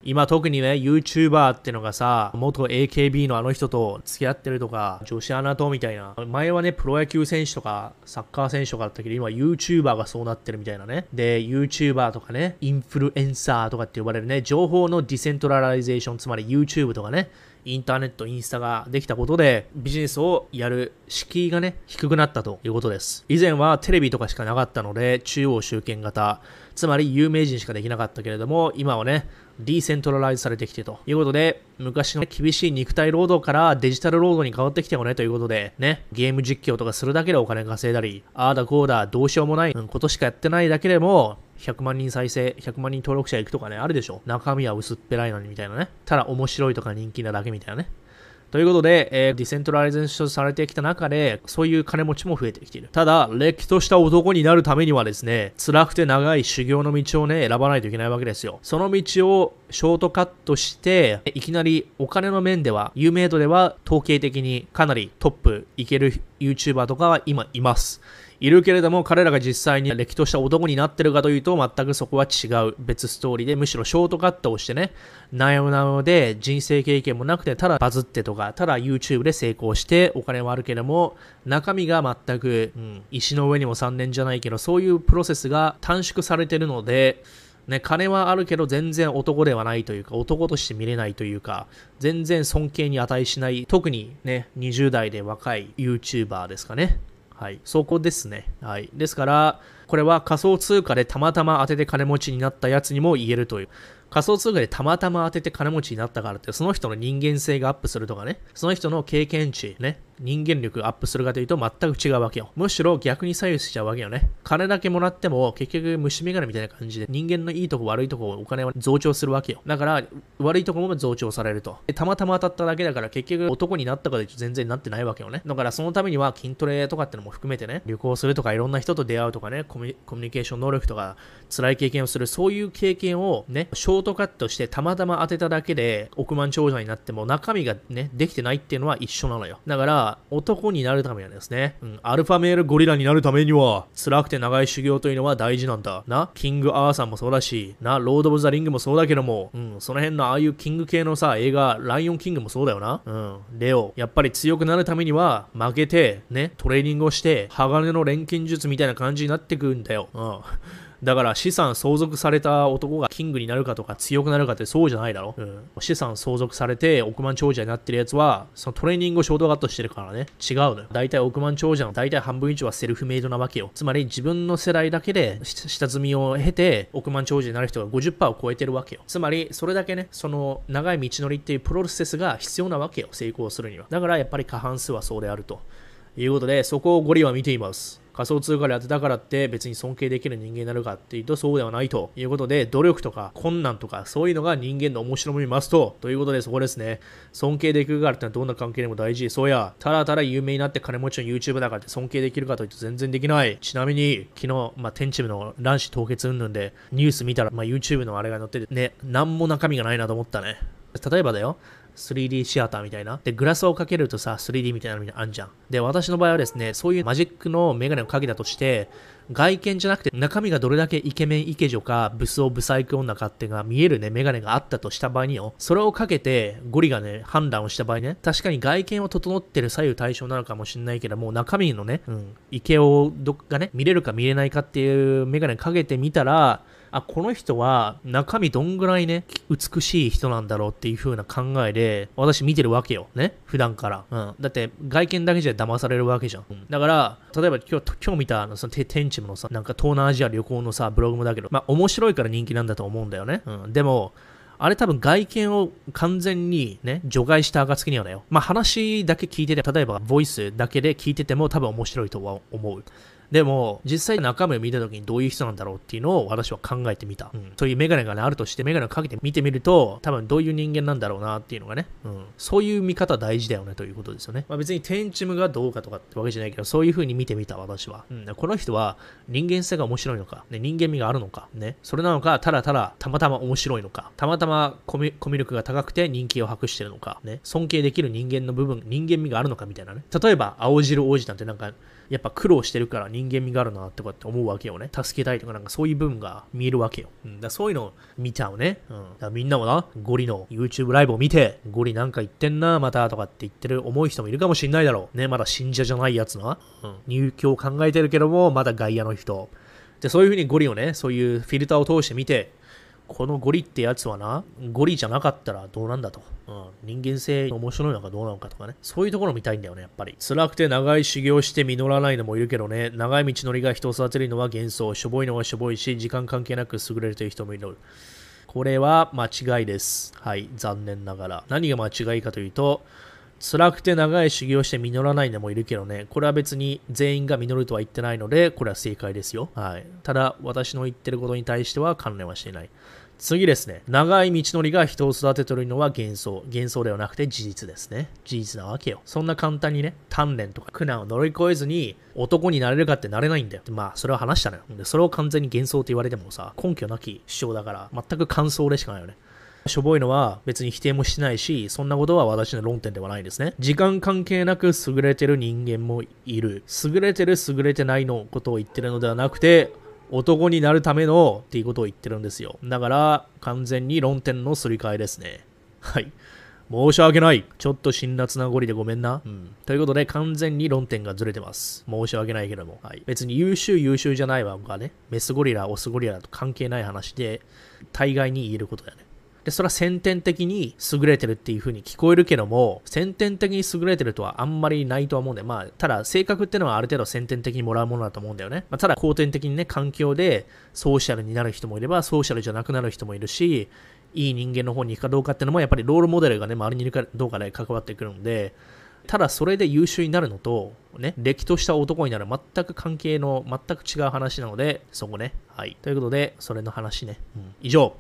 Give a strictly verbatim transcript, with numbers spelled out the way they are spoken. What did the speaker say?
今特にね、YouTuber ってのがさ、元 エーケービー のあの人と付き合ってるとか、女子アナとみたいな。前はね、プロ野球選手とか、サッカー選手とかだったけど、今 YouTuber がそうなってるみたいなね。で、YouTuber とかね、インフルエンサーとかって呼ばれるね、情報のディセントラライゼーション、つまり YouTube とかね、インターネット、インスタができたことで、ビジネスをやる敷居がね、低くなったということです。以前はテレビとかしかなかったので、中央集権型、つまり有名人しかできなかったけれども、今はね、ディーセントラライズされてきてということで、昔の厳しい肉体労働からデジタル労働に変わってきたよねということで、ね、ゲーム実況とかするだけでお金稼いだり、あーだこうだ、どうしようもない、うん、ことしかやってないだけでも、ひゃくまんにん再生、ひゃくまんにん登録者いくとかね、あるでしょ。中身は薄っぺらいのにみたいなね。ただ面白いとか人気なだけみたいなね。ということで、えー、ディセントラライゼーションされてきた中で、そういう金持ちも増えてきている。ただ、れっきとした男になるためにはですね、辛くて長い修行の道をね、選ばないといけないわけですよ。その道をショートカットして、いきなりお金の面では、有名度では統計的にかなりトップいける YouTuber とかは今います。いるけれども、彼らが実際にれっきとした男になってるかというと、全くそこは違う別ストーリーで、むしろショートカットをしてね、なよなよで人生経験もなくて、ただバズってとか、ただ YouTube で成功して、お金はあるけれども、中身が全く、うん、石の上にもさんねんじゃないけど、そういうプロセスが短縮されてるので、ね、金はあるけど全然男ではないというか、男として見れないというか、全然尊敬に値しない、特にね、にじゅう代で若い YouTuber ですかね。はい。そこですね。はい。ですから、これは仮想通貨でたまたま当てて金持ちになったやつにも言えるという。仮想通貨でたまたま当てて金持ちになったからって、その人の人間性がアップするとかね、その人の経験値、ね、人間力がアップするかというと全く違うわけよ。むしろ逆に左右しちゃうわけよね。金だけもらっても結局虫眼鏡みたいな感じで人間のいいとこ悪いとこお金は増長するわけよ。だから悪いところも増長されると。たまたま当たっただけだから結局男になったかで全然なってないわけよね。だからそのためには筋トレとかってのも含めてね、旅行するとかいろんな人と出会うとかね、コミュニケーション能力とか辛い経験をする、そういう経験をね、ショートカットしてたまたま当てただけで億万長者になっても中身がね、できてないっていうのは一緒なのよ。だから男になるためにはですね、うん、アルファメールゴリラになるためには辛くて長い修行というのは大事なんだな。キングアーサーもそうだしな、ロード・オブ・ザ・リングもそうだけども、うん、その辺のああいうキング系のさ映画、ライオンキングもそうだよな。うん、レオやっぱり強くなるためには負けてね、トレーニングをして鋼の錬金術みたいな感じになってくんだよ。うんだから資産相続された男がキングになるかとか強くなるかってそうじゃないだろ、うん、資産相続されて億万長者になってるやつはそのトレーニングをショートカットしてるからね、違うのよ。大体億万長者の大体半分以上はセルフメイドなわけよ。つまり自分の世代だけで下積みを経て億万長者になる人が ごじゅっパーセント を超えてるわけよ。つまりそれだけね、その長い道のりっていうプロセスが必要なわけよ、成功するには。だからやっぱり過半数はそうであるということで、そこをゴリは見ています。仮想通貨で当てたからって別に尊敬できる人間になるかっていうとそうではないということで、努力とか困難とかそういうのが人間の面白みに増すとということで、そこですね。尊敬できるからってのはどんな関係でも大事。そうや、ただただ有名になって金持ちの YouTuber だからって尊敬できるかというと全然できない。ちなみに昨日、まあ、天地の卵子凍結云々でニュース見たら、まあ、YouTube のあれが載っててね、なんも中身がないなと思ったね。例えばだよ、スリーディー シアターみたいな。で、グラスをかけるとさ、スリーディー みたいなのあんじゃん。で、私の場合はですね、そういうマジックのメガネをかけたとして、外見じゃなくて中身がどれだけイケメンイケ女か、武装ブサイク女かっていうのが見えるね、メガネがあったとした場合によ、それをかけてゴリがね、判断をした場合ね、確かに外見を整ってる左右対称なのかもしれないけども、中身のね、うん、イケオがね、見れるか見れないかっていうメガネかけてみたら、あ、この人は中身どんぐらいね、美しい人なんだろうっていう風な考えで、私見てるわけよ。ね。普段から。うん。だって、外見だけじゃ騙されるわけじゃん。うん、だから、例えば今日、今日見た、そのテンチムのさ、なんか東南アジア旅行のさ、ブログもだけど、まあ面白いから人気なんだと思うんだよね。うん。でも、あれ多分外見を完全にね、除外した暁にはだよ。まあ話だけ聞いてて、例えばボイスだけで聞いてても多分面白いとは思う。でも、実際中身を見たときにどういう人なんだろうっていうのを私は考えてみた。うん、そういうメガネが、ね、あるとして、メガネをかけて見てみると、多分どういう人間なんだろうなっていうのがね、うん、そういう見方大事だよねということですよね。まあ、別にテンチムがどうかとかってわけじゃないけど、そういう風に見てみた私は。うん、この人は人間性が面白いのか、ね、人間味があるのか、ね、それなのか、ただただたまたま面白いのか、たまたまコミュ力が高くて人気を博してるのか、ね、尊敬できる人間の部分、人間味があるのかみたいなね。例えば、青汁王子なんてなんか、 やっぱ苦労してるから人間味があるなってこうやって思うわけよね。助けたいとかなんかそういう部分が見えるわけよ。うん、だそういうのを見ちゃうね。うん、だからみんなもな、ゴリの YouTube ライブを見て、ゴリなんか言ってんな、またとかって言ってる思う人もいるかもしんないだろう。ね、まだ信者じゃないやつな。うん、入教を考えてるけども、まだ外野の人。で、そういう風にゴリをね、そういうフィルターを通して見て、このゴリってやつはな、ゴリじゃなかったらどうなんだと。うん、人間性面白いのかどうなのかとかね。そういうところ見たいんだよね、やっぱり。辛くて長い修行して実らないのもいるけどね、長い道のりが人を育てるのは幻想、しょぼいのはしょぼいし、時間関係なく優れるという人もいる。これは間違いです。はい、残念ながら。何が間違いかというと、辛くて長い修行して実らないのもいるけどね、これは別に全員が実るとは言ってないので、これは正解ですよ。はい。ただ、私の言ってることに対しては関連はしていない。次ですね。長い道のりが人を育てているのは幻想。幻想ではなくて事実ですね。事実なわけよ。そんな簡単にね、鍛錬とか苦難を乗り越えずに男になれるかってなれないんだよ。まあ、それは話したのよ。で、それを完全に幻想と言われてもさ、根拠なき主張だから、全く感想でしかないよね。しょぼいのは別に否定もしないし、そんなことは私の論点ではないですね。時間関係なく優れてる人間もいる。優れてる優れてないのことを言ってるのではなくて、男になるためのっていうことを言ってるんですよ。だから完全に論点のすり替えですね。はい。申し訳ない。ちょっと辛辣なゴリでごめんな。うん。ということで完全に論点がずれてます。申し訳ないけども。はい。別に優秀優秀じゃないわがね、メスゴリラ、オスゴリラと関係ない話で、大概に言えることだよね。で、それは先天的に優れてるっていう風に聞こえるけども、先天的に優れてるとはあんまりないとは思うんだよ。まあ、ただ性格ってのはある程度先天的にもらうものだと思うんだよね。まあ、ただ後天的にね、環境でソーシャルになる人もいれば、ソーシャルじゃなくなる人もいるし、いい人間の方に行くかどうかっていうのも、やっぱりロールモデルがね、周りにいるかどうかで関わってくるので、ただそれで優秀になるのと、ね、歴とした男になる全く関係の、全く違う話なので、そこね。はい。ということで、それの話ね。うん、以上。